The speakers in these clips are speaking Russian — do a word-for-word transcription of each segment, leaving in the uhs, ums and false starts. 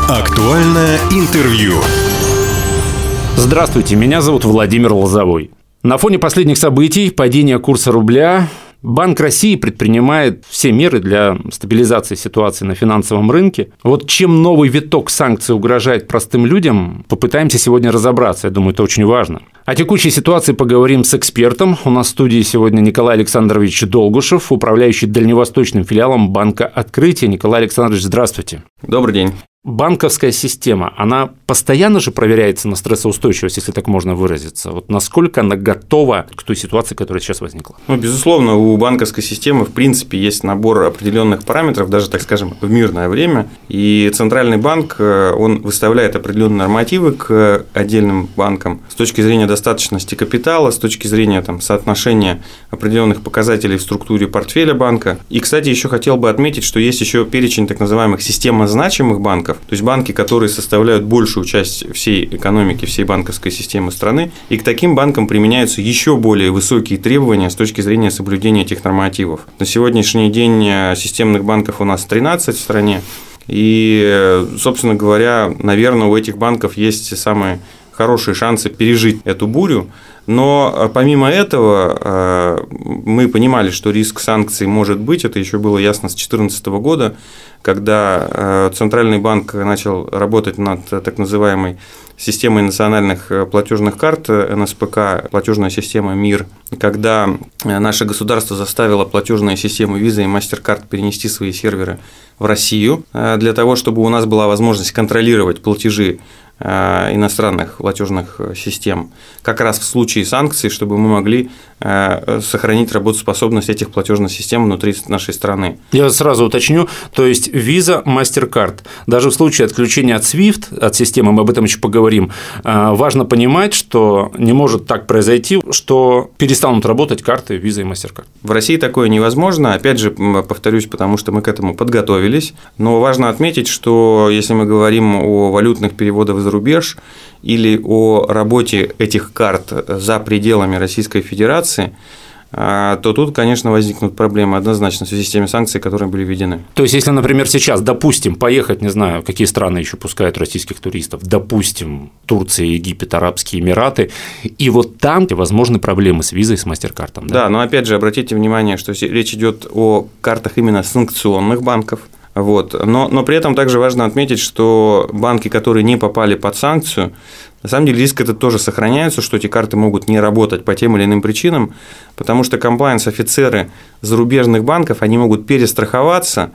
Актуальное интервью. Здравствуйте, меня зовут Владимир Лозовой. На фоне последних событий, падения курса рубля, Банк России предпринимает все меры для стабилизации ситуации на финансовом рынке. Вот чем новый виток санкций угрожает простым людям, попытаемся сегодня разобраться. Я думаю, это очень важно. О текущей ситуации поговорим с экспертом. У нас в студии сегодня Николай Александрович Долгушев, управляющий дальневосточным филиалом Банка Открытие. Николай Александрович, здравствуйте. Добрый день. Банковская система, она постоянно же проверяется на стрессоустойчивость, если так можно выразиться. Вот насколько она готова к той ситуации, которая сейчас возникла? Ну, безусловно, у банковской системы, в принципе, есть набор определенных параметров, даже, так скажем, в мирное время. И Центральный банк, он выставляет определенные нормативы к отдельным банкам с точки зрения достаточности капитала, с точки зрения там, соотношения определенных показателей в структуре портфеля банка. И, кстати, еще хотел бы отметить, что есть еще перечень так называемых системозначимых банков, то есть банки, которые составляют большую часть всей экономики, всей банковской системы страны, и к таким банкам применяются еще более высокие требования с точки зрения соблюдения этих нормативов. На сегодняшний день системных банков у нас тринадцать в стране, и, собственно говоря, наверное, у этих банков есть самые хорошие шансы пережить эту бурю. Но помимо этого мы понимали, что риск санкций может быть, это еще было ясно с две тысячи четырнадцатого года, когда Центральный банк начал работать над так называемой системой национальных платежных карт эн эс пэ ка, платежная система МИР, когда наше государство заставило платежные системы Visa и MasterCard перенести свои серверы в Россию для того, чтобы у нас была возможность контролировать платежи иностранных платежных систем, как раз в случае санкций, чтобы мы могли сохранить работоспособность этих платежных систем внутри нашей страны. Я сразу уточню, то есть Visa, MasterCard, даже в случае отключения от свифт, от системы, мы об этом еще поговорим, важно понимать, что не может так произойти, что перестанут работать карты Visa и MasterCard. В России такое невозможно, опять же, повторюсь, потому что мы к этому подготовились, но важно отметить, что если мы говорим о валютных переводах за рубеж или о работе этих карт за пределами Российской Федерации, то тут, конечно, возникнут проблемы однозначно в связи с теми санкциями, которые были введены. То есть, если, например, сейчас, допустим, поехать, не знаю, какие страны еще пускают российских туристов, допустим, Турция, Египет, Арабские Эмираты, и вот там возможны проблемы с визой, с MasterCard. Да? Да, но опять же, обратите внимание, что речь идет о картах именно санкционных банков. Вот. Но, но при этом также важно отметить, что банки, которые не попали под санкцию, на самом деле риск этот тоже сохраняется, что эти карты могут не работать по тем или иным причинам, потому что комплаенс-офицеры зарубежных банков, они могут перестраховаться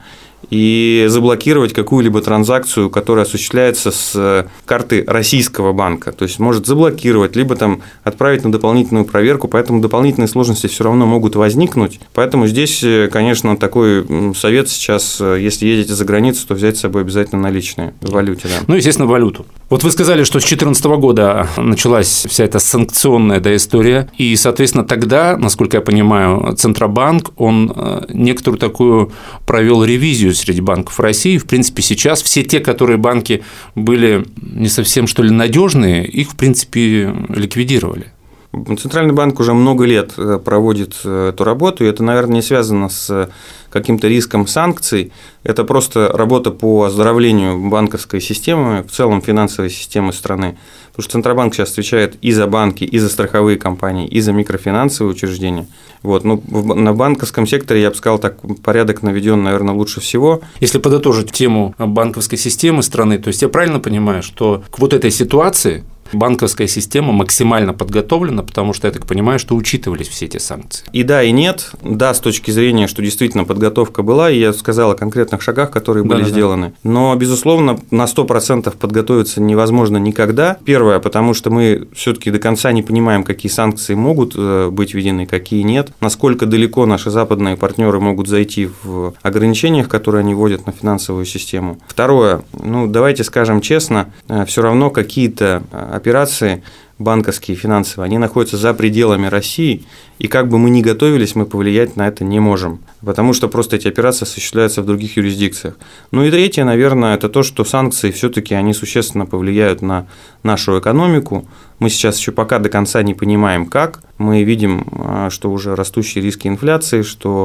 и заблокировать какую-либо транзакцию, которая осуществляется с карты российского банка. То есть, может заблокировать, либо там отправить на дополнительную проверку, поэтому дополнительные сложности все равно могут возникнуть. Поэтому здесь, конечно, такой совет сейчас, если едете за границу, то взять с собой обязательно наличные в валюте. Да. Ну, естественно, валюту. Вот вы сказали, что с две тысячи четырнадцатого года началась вся эта санкционная да, история, и, соответственно, тогда, насколько я понимаю, Центробанк, он некоторую такую провел ревизию среди банков России. В принципе, сейчас все те, которые банки были не совсем, что ли, надежные, их, в принципе, ликвидировали. Центральный банк уже много лет проводит эту работу, и это, наверное, не связано с каким-то риском санкций, это просто работа по оздоровлению банковской системы, в целом финансовой системы страны, потому что Центробанк сейчас отвечает и за банки, и за страховые компании, и за микрофинансовые учреждения. Вот. Ну, на банковском секторе, я бы сказал, так порядок наведен, наверное, лучше всего. Если подытожить тему банковской системы страны, то есть я правильно понимаю, что к вот этой ситуации банковская система максимально подготовлена, потому что я так понимаю, что учитывались все эти санкции. И да, и нет. Да, с точки зрения, что действительно подготовка была, и я сказал о конкретных шагах, которые были Да-да-да. сделаны. Но, безусловно, на сто процентов подготовиться невозможно никогда. Первое, потому что мы все-таки до конца не понимаем, какие санкции могут быть введены, какие нет, насколько далеко наши западные партнеры могут зайти в ограничениях, которые они вводят на финансовую систему. Второе, ну, давайте скажем честно, все равно какие-то операции банковские, финансовые, они находятся за пределами России, и как бы мы ни готовились, мы повлиять на это не можем, потому что просто эти операции осуществляются в других юрисдикциях. Ну и третье, наверное, это то, что санкции все-таки они существенно повлияют на нашу экономику. Мы сейчас еще пока до конца не понимаем, как. Мы видим, что уже растущие риски инфляции, что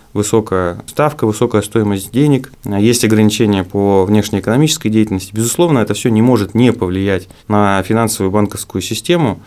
высокая ставка, высокая стоимость денег, есть ограничения по внешнеэкономической деятельности. Безусловно, это все не может не повлиять на финансовую банковскую систему,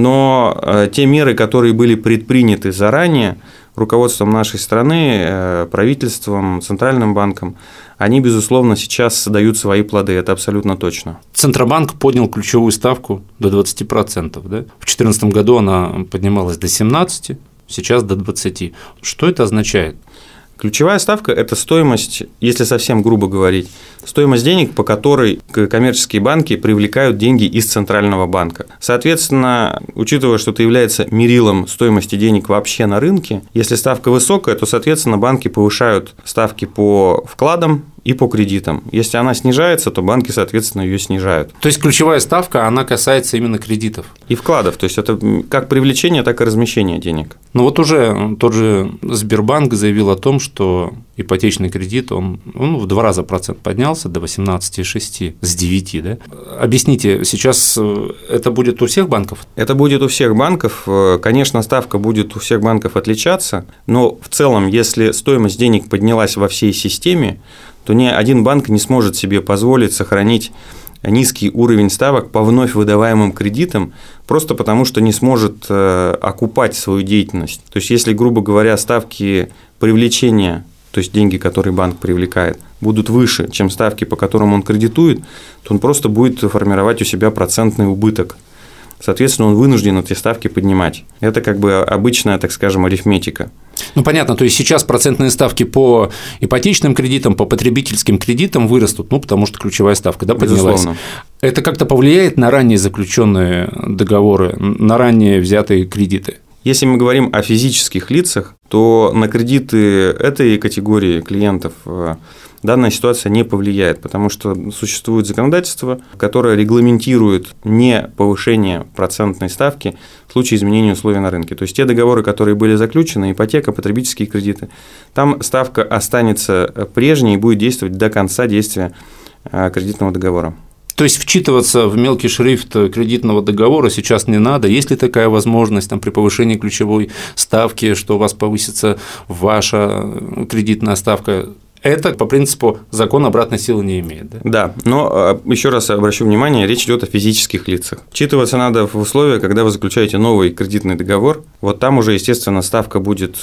но те меры, которые были предприняты заранее руководством нашей страны, правительством, Центральным банком, они, безусловно, сейчас дают свои плоды, это абсолютно точно. Центробанк поднял ключевую ставку до двадцати процентов. Да? В две тысячи четырнадцатом году она поднималась до семнадцати процентов, сейчас до двадцати процентов. Что это означает? Ключевая ставка – это стоимость, если совсем грубо говорить, стоимость денег, по которой коммерческие банки привлекают деньги из Центрального банка. Соответственно, учитывая, что это является мерилом стоимости денег вообще на рынке, если ставка высокая, то, соответственно, банки повышают ставки по вкладам и по кредитам. Если она снижается, то банки, соответственно, ее снижают. То есть ключевая ставка, она касается именно кредитов. И вкладов. То есть это как привлечение, так и размещение денег. Ну вот уже тот же Сбербанк заявил о том, что ипотечный кредит, он, он в два раза процент поднялся до восемнадцати целых шести десятых с девяти, да? Объясните, сейчас это будет у всех банков? Это будет у всех банков. Конечно, ставка будет у всех банков отличаться, но в целом, если стоимость денег поднялась во всей системе, то ни один банк не сможет себе позволить сохранить низкий уровень ставок по вновь выдаваемым кредитам, просто потому что не сможет окупать свою деятельность. То есть, если, грубо говоря, ставки привлечения, то есть деньги, которые банк привлекает, будут выше, чем ставки, по которым он кредитует, то он просто будет формировать у себя процентный убыток. Соответственно, он вынужден эти ставки поднимать. Это как бы обычная, так скажем, арифметика. Ну, понятно, то есть сейчас процентные ставки по ипотечным кредитам, по потребительским кредитам вырастут, ну, потому что ключевая ставка, да, поднялась. Безусловно. Это как-то повлияет на ранее заключенные договоры, на ранее взятые кредиты? Если мы говорим о физических лицах, то на кредиты этой категории клиентов данная ситуация не повлияет, потому что существует законодательство, которое регламентирует не повышение процентной ставки в случае изменения условий на рынке. То есть те договоры, которые были заключены, ипотека, потребительские кредиты, там ставка останется прежней и будет действовать до конца действия кредитного договора. То есть вчитываться в мелкий шрифт кредитного договора сейчас не надо. Есть ли такая возможность там, при повышении ключевой ставки, что у вас повысится ваша кредитная ставка? Это по принципу закон обратной силы не имеет. Да, да, но еще раз обращу внимание, речь идет о физических лицах. Вчитываться надо в условия, когда вы заключаете новый кредитный договор. Вот там уже, естественно, ставка будет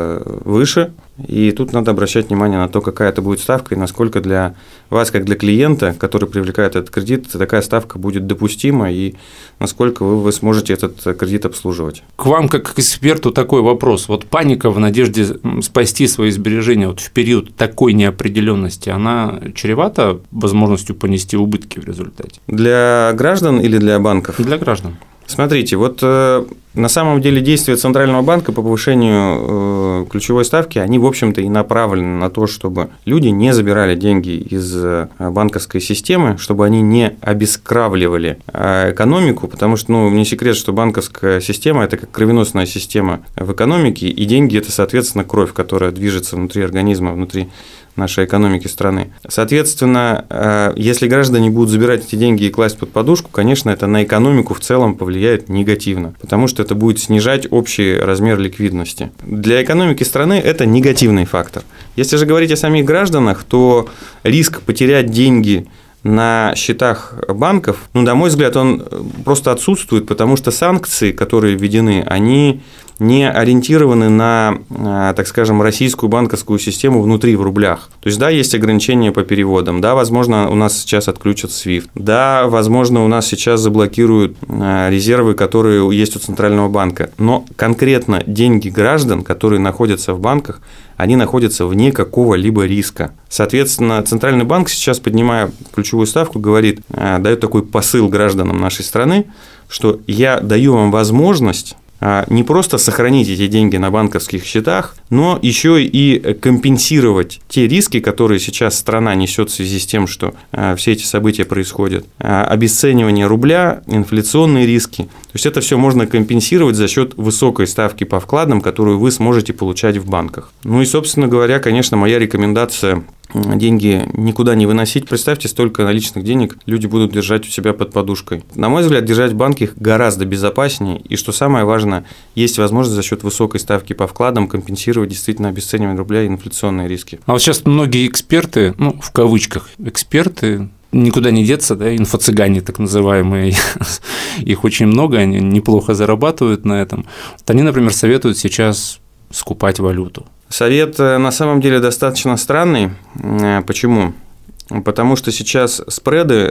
выше. И тут надо обращать внимание на то, какая это будет ставка и насколько для вас, как для клиента, который привлекает этот кредит, такая ставка будет допустима и насколько вы, вы сможете этот кредит обслуживать. К вам, как к эксперту, такой вопрос. Вот паника в надежде спасти свои сбережения вот в период такой неопределенности, она чревата возможностью понести убытки в результате? Для граждан или для банков? Для граждан. Смотрите, вот э, на самом деле действия Центрального банка по повышению э, ключевой ставки, они, в общем-то, и направлены на то, чтобы люди не забирали деньги из э, банковской системы, чтобы они не обескравливали э, экономику, потому что, ну, не секрет, что банковская система – это как кровеносная система в экономике, и деньги – это, соответственно, кровь, которая движется внутри организма, внутри нашей экономики страны. Соответственно, если граждане будут забирать эти деньги и класть под подушку, конечно, это на экономику в целом повлияет негативно, потому что это будет снижать общий размер ликвидности. Для экономики страны это негативный фактор. Если же говорить о самих гражданах, то риск потерять деньги на счетах банков, ну, на мой взгляд, он просто отсутствует, потому что санкции, которые введены, они не ориентированы на, так скажем, российскую банковскую систему внутри в рублях. То есть, да, есть ограничения по переводам, да, возможно, у нас сейчас отключат свифт, да, возможно, у нас сейчас заблокируют резервы, которые есть у Центрального банка, но конкретно деньги граждан, которые находятся в банках, они находятся вне какого-либо риска. Соответственно, Центральный банк сейчас, поднимая ключевую ставку, говорит, дает такой посыл гражданам нашей страны, что я даю вам возможность не просто сохранить эти деньги на банковских счетах, но еще и компенсировать те риски, которые сейчас страна несет в связи с тем, что все эти события происходят. Обесценивание рубля, инфляционные риски. То есть это все можно компенсировать за счет высокой ставки по вкладам, которую вы сможете получать в банках. Ну и, собственно говоря, конечно, моя рекомендация деньги никуда не выносить. Представьте, столько наличных денег люди будут держать у себя под подушкой. На мой взгляд, держать в банке их гораздо безопаснее. И что самое важное, есть возможность за счет высокой ставки по вкладам компенсировать действительно обесценивание рубля и инфляционные риски. А вот сейчас многие эксперты, ну, в кавычках, эксперты, никуда не деться, да, инфо-цыгане так называемые, их очень много, они неплохо зарабатывают на этом. Вот они, например, советуют сейчас скупать валюту. Совет на самом деле достаточно странный. Почему? Потому что сейчас спреды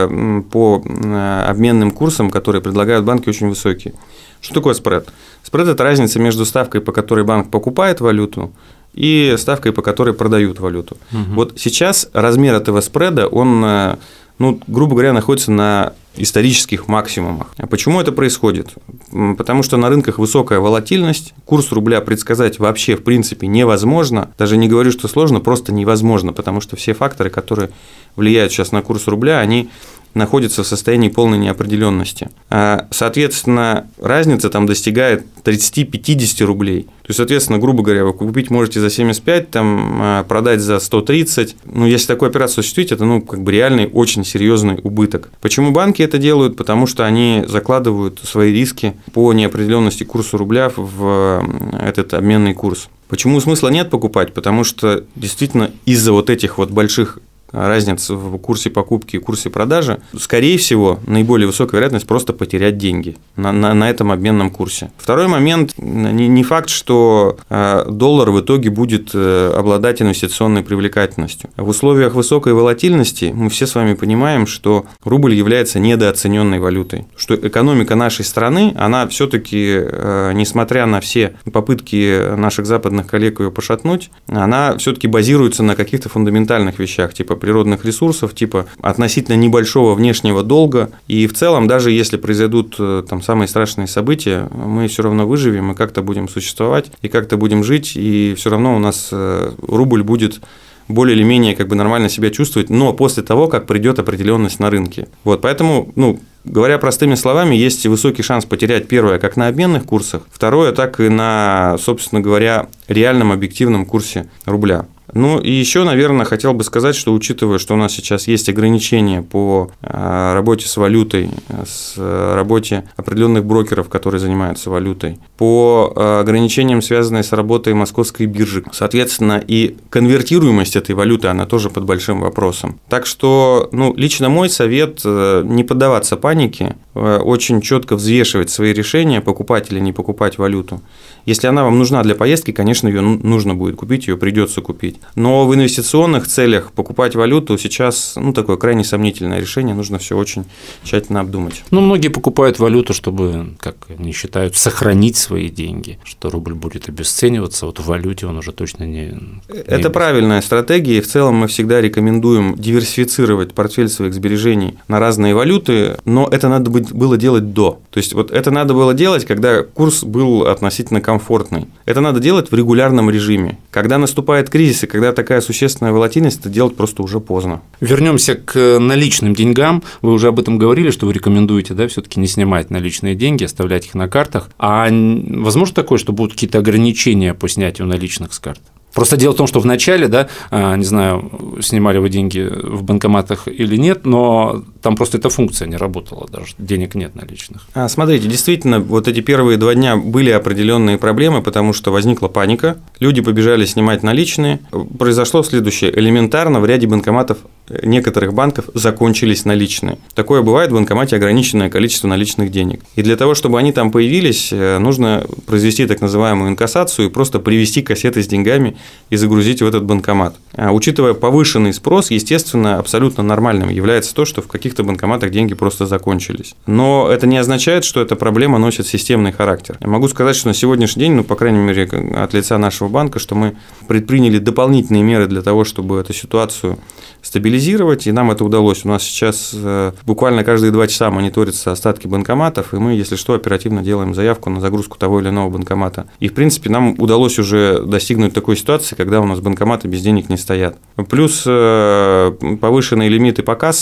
по обменным курсам, которые предлагают банки, очень высокие. Что такое спред? Спред – это разница между ставкой, по которой банк покупает валюту, и ставкой, по которой продают валюту. Угу. Вот сейчас размер этого спреда, он, ну, грубо говоря, находится на исторических максимумах. А почему это происходит? Потому что на рынках высокая волатильность, курс рубля предсказать вообще в принципе невозможно, даже не говорю, что сложно, просто невозможно, потому что все факторы, которые влияют сейчас на курс рубля, они находится в состоянии полной неопределенности. Соответственно, разница там достигает тридцать-пятьдесят рублей. То есть, соответственно, грубо говоря, вы купить можете за семьдесят пять, там, продать за сто тридцать. Ну, если такую операцию осуществить, это, ну, как бы реальный очень серьезный убыток. Почему банки это делают? Потому что они закладывают свои риски по неопределенности курса рубля в этот обменный курс. Почему смысла нет покупать? Потому что действительно из-за вот этих вот больших разниц в курсе покупки и курсе продажи, скорее всего, наиболее высокая вероятность просто потерять деньги на, на, на этом обменном курсе. Второй момент, не, не факт, что доллар в итоге будет обладать инвестиционной привлекательностью. В условиях высокой волатильности мы все с вами понимаем, что рубль является недооцененной валютой, что экономика нашей страны, она все-таки, несмотря на все попытки наших западных коллег ее пошатнуть, она все-таки базируется на каких-то фундаментальных вещах, типа природных ресурсов, типа относительно небольшого внешнего долга. И в целом, даже если произойдут там самые страшные события, мы все равно выживем и как-то будем существовать, и как-то будем жить, и все равно у нас рубль будет более или менее как бы нормально себя чувствовать, но после того, как придет определенность на рынке. Вот, поэтому, ну, говоря простыми словами, есть высокий шанс потерять, первое, как на обменных курсах, второе, так и на, собственно говоря, реальном объективном курсе рубля. Ну и еще, наверное, хотел бы сказать, что учитывая, что у нас сейчас есть ограничения по работе с валютой, с работе определенных брокеров, которые занимаются валютой, по ограничениям, связанным с работой московской биржи, соответственно, и конвертируемость этой валюты, она тоже под большим вопросом. Так что, ну, лично мой совет – не поддаваться панике, очень четко взвешивать свои решения, покупать или не покупать валюту. Если она вам нужна для поездки, конечно, ее нужно будет купить, ее придется купить. Но в инвестиционных целях покупать валюту сейчас, ну, такое крайне сомнительное решение, нужно все очень тщательно обдумать. Ну, многие покупают валюту, чтобы, как они считают, сохранить свои деньги, что рубль будет обесцениваться, вот в валюте он уже точно не… не Это правильная стратегия, и в целом мы всегда рекомендуем диверсифицировать портфель своих сбережений на разные валюты, но это надо было делать до. То есть, вот это надо было делать, когда курс был относительно комфортный. Это надо делать в регулярном режиме. Когда наступает кризис, и когда такая существенная волатильность, это делать просто уже поздно. Вернемся к наличным деньгам. Вы уже об этом говорили, что вы рекомендуете, да, все-таки не снимать наличные деньги, оставлять их на картах. А возможно такое, что будут какие-то ограничения по снятию наличных с карт? Просто дело в том, что вначале, да, не знаю, снимали вы деньги в банкоматах или нет, но там просто эта функция не работала, даже денег нет наличных. А, смотрите, действительно, вот эти первые два дня были определенные проблемы, потому что возникла паника, люди побежали снимать наличные. Произошло следующее: элементарно в ряде банкоматов некоторых банков закончились наличные. Такое бывает, в банкомате ограниченное количество наличных денег. И для того, чтобы они там появились, нужно произвести так называемую инкассацию и просто привезти кассеты с деньгами и загрузить в этот банкомат. А учитывая повышенный спрос, естественно, абсолютно нормальным является то, что в каких-то банкоматах деньги просто закончились. Но это не означает, что эта проблема носит системный характер. Я могу сказать, что на сегодняшний день, ну, по крайней мере, от лица нашего банка, что мы предприняли дополнительные меры для того, чтобы эту ситуацию стабилизировать, и нам это удалось. У нас сейчас буквально каждые два часа мониторятся остатки банкоматов, и мы, если что, оперативно делаем заявку на загрузку того или иного банкомата. И, в принципе, нам удалось уже достигнуть такой ситуации, когда у нас банкоматы без денег не стоят. Плюс повышенные лимиты по кассам,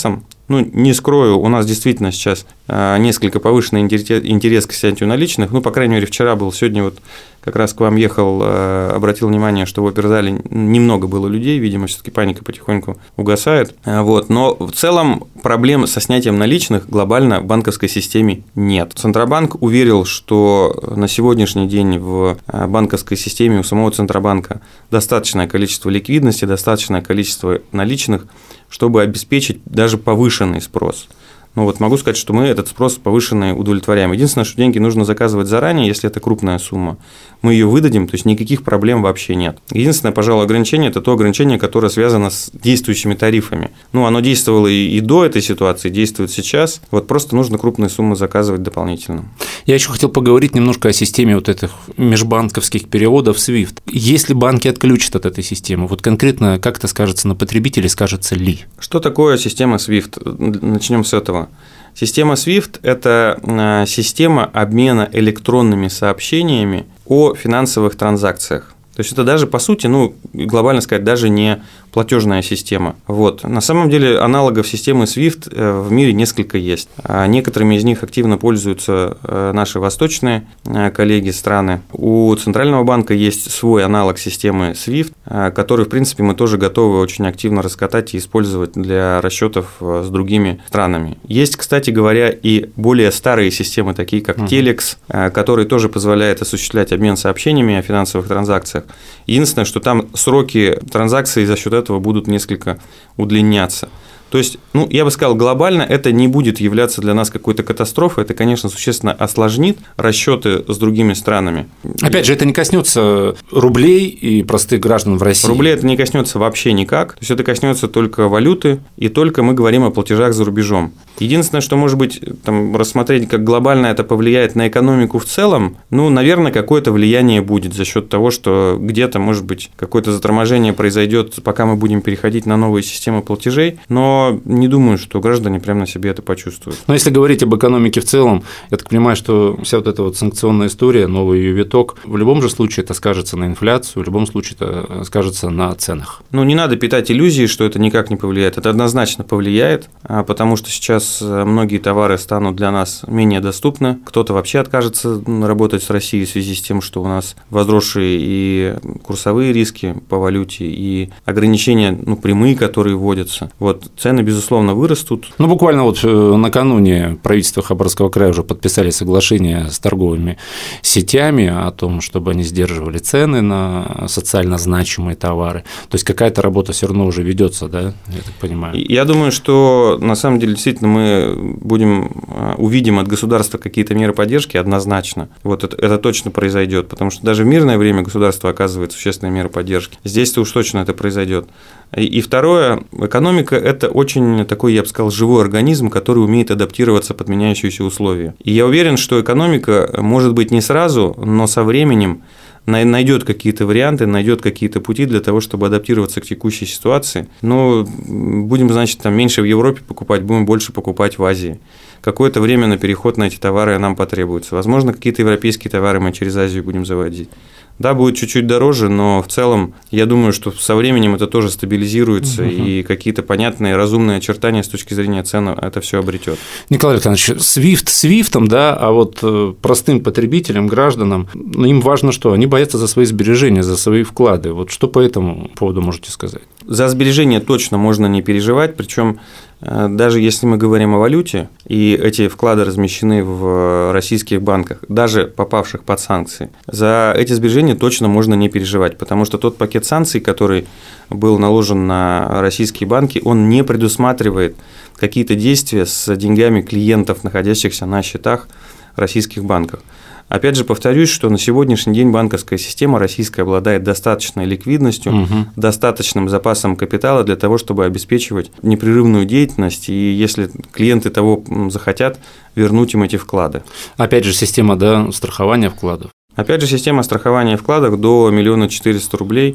Ну, не скрою, у нас действительно сейчас несколько повышенный интерес к снятию наличных. Ну, по крайней мере, вчера был, сегодня вот как раз к вам ехал, обратил внимание, что в оперзале немного было людей, видимо, все-таки паника потихоньку угасает. Вот. Но в целом проблем со снятием наличных глобально в банковской системе нет. Центробанк уверил, что на сегодняшний день в банковской системе у самого Центробанка достаточное количество ликвидности, достаточное количество наличных, чтобы обеспечить даже повышенный спрос. Ну вот могу сказать, что мы этот спрос повышенный удовлетворяем. Единственное, что деньги нужно заказывать заранее, если это крупная сумма. Мы ее выдадим, то есть никаких проблем вообще нет. Единственное, пожалуй, ограничение – это то ограничение, которое связано с действующими тарифами. Ну, оно действовало и, и до этой ситуации, действует сейчас. Вот просто нужно крупные суммы заказывать дополнительно. Я еще хотел поговорить немножко о системе вот этих межбанковских переводов свифт. Если банки отключат от этой системы, вот конкретно как это скажется на потребителе, скажется ли? Что такое система свифт? Начнем с этого. Система свифт – это система обмена электронными сообщениями о финансовых транзакциях. То есть это даже, по сути, ну, глобально сказать, даже не платежная система. Вот. На самом деле аналогов системы свифт в мире несколько есть. Некоторыми из них активно пользуются наши восточные коллеги, страны. У Центрального банка есть свой аналог системы свифт, который, в принципе, мы тоже готовы очень активно раскатать и использовать для расчетов с другими странами. Есть, кстати говоря, и более старые системы, такие как Telex, которые тоже позволяют осуществлять обмен сообщениями о финансовых транзакциях. Единственное, что там сроки транзакций за счет этого будут несколько удлиняться. То есть, ну, я бы сказал, глобально это не будет являться для нас какой-то катастрофой, это, конечно, существенно осложнит расчеты с другими странами. Опять же, это не коснется рублей и простых граждан в России. Рублей это не коснется вообще никак, то есть это коснется только валюты, и только мы говорим о платежах за рубежом. Единственное, что, может быть, там, рассмотреть, как глобально это повлияет на экономику в целом, ну, наверное, какое-то влияние будет за счет того, что где-то, может быть, какое-то заторможение произойдет, пока мы будем переходить на новые системы платежей, но не думаю, что граждане прямо на себе это почувствуют. Но если говорить об экономике в целом, я так понимаю, что вся вот эта вот санкционная история, новый ее виток, в любом же случае это скажется на инфляцию, в любом случае это скажется на ценах. Ну, не надо питать иллюзии, что это никак не повлияет. Это однозначно повлияет, потому что сейчас многие товары станут для нас менее доступны. Кто-то вообще откажется работать с Россией в связи с тем, что у нас возросшие и курсовые риски по валюте, и ограничения, ну, прямые, которые вводятся. Вот, цены, безусловно, вырастут. Ну, буквально вот накануне правительство Хабаровского края уже подписали соглашение с торговыми сетями о том, чтобы они сдерживали цены на социально значимые товары. То есть какая-то работа все равно уже ведется, да, я так понимаю? Я думаю, что на самом деле действительно мы будем, увидим от государства какие-то меры поддержки однозначно. Вот это, это точно произойдет, потому что даже в мирное время государство оказывает существенные меры поддержки. Здесь-то уж точно это произойдет. И, и второе, экономика – это очень такой, я бы сказал, живой организм, который умеет адаптироваться под меняющиеся условия. И я уверен, что экономика, может быть, не сразу, но со временем найдет какие-то варианты, найдет какие-то пути для того, чтобы адаптироваться к текущей ситуации. Но будем, значит, там меньше в Европе покупать, будем больше покупать в Азии. Какое-то время на переход на эти товары нам потребуется. Возможно, какие-то европейские товары мы через Азию будем заводить. Да, будет чуть-чуть дороже, но в целом я думаю, что со временем это тоже стабилизируется, угу. и какие-то понятные, разумные очертания с точки зрения цен это все обретет. Николай Александрович, свифт свифтом, да, а вот простым потребителям, гражданам, им важно что? Они боятся за свои сбережения, за свои вклады. Вот что по этому поводу можете сказать? За сбережения точно можно не переживать, причем даже если мы говорим о валюте, и эти вклады размещены в российских банках, даже попавших под санкции, за эти сбережения точно можно не переживать, потому что тот пакет санкций, который был наложен на российские банки, он не предусматривает какие-то действия с деньгами клиентов, находящихся на счетах российских банков. Опять же, повторюсь, что на сегодняшний день банковская система российская обладает достаточной ликвидностью, угу. достаточным запасом капитала для того, чтобы обеспечивать непрерывную деятельность, и если клиенты того захотят, вернуть им эти вклады. Опять же, система, да, страхования вкладов. Опять же, система страхования вкладов до миллиона четырёхсот рублей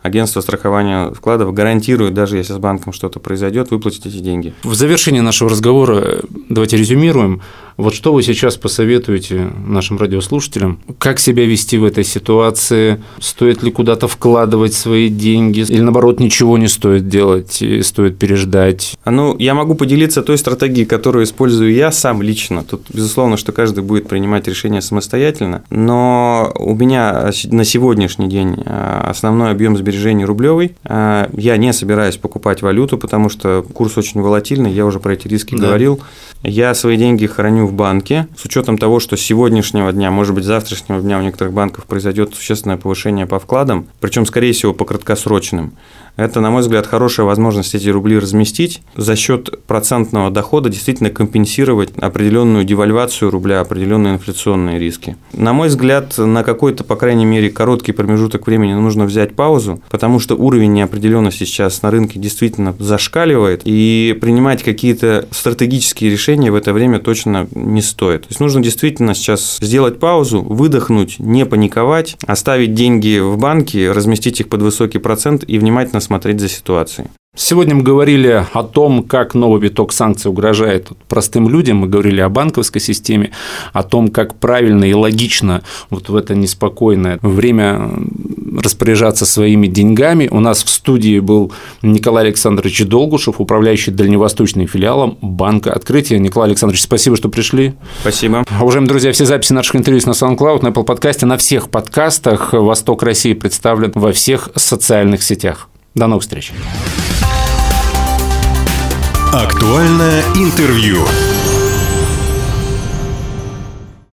агентство страхования вкладов гарантирует, даже если с банком что-то произойдет, выплатить эти деньги. В завершении нашего разговора давайте резюмируем. Вот что вы сейчас посоветуете нашим радиослушателям? Как себя вести в этой ситуации? Стоит ли куда-то вкладывать свои деньги? Или, наоборот, ничего не стоит делать и стоит переждать? Ну, я могу поделиться той стратегией, которую использую я сам лично. Тут, безусловно, что каждый будет принимать решение самостоятельно. Но у меня на сегодняшний день основной объем сбережений рублевый. Я не собираюсь покупать валюту, потому что курс очень волатильный. Я уже про эти риски да. говорил. Я свои деньги храню в банке, с учетом того, что с сегодняшнего дня, может быть, с завтрашнего дня у некоторых банков произойдет существенное повышение по вкладам, причем, скорее всего, по краткосрочным. Это, на мой взгляд, хорошая возможность эти рубли разместить, за счет процентного дохода действительно компенсировать определенную девальвацию рубля, определенные инфляционные риски. На мой взгляд, на какой-то, по крайней мере, короткий промежуток времени нужно взять паузу, потому что уровень неопределенности сейчас на рынке действительно зашкаливает, и принимать какие-то стратегические решения в это время точно не стоит. То есть нужно действительно сейчас сделать паузу, выдохнуть, не паниковать, оставить деньги в банке, разместить их под высокий процент и внимательно смотреть за ситуацией. Сегодня мы говорили о том, как новый виток санкций угрожает простым людям, мы говорили о банковской системе, о том, как правильно и логично вот в это неспокойное время распоряжаться своими деньгами. У нас в студии был Николай Александрович Долгушев, управляющий дальневосточным филиалом Банка Открытие. Николай Александрович, спасибо, что пришли. Спасибо. Уважаемые друзья, все записи наших интервью на SoundCloud, на Apple подкасте, на всех подкастах. «Восток России» представлен во всех социальных сетях. До новых встреч. Актуальное интервью.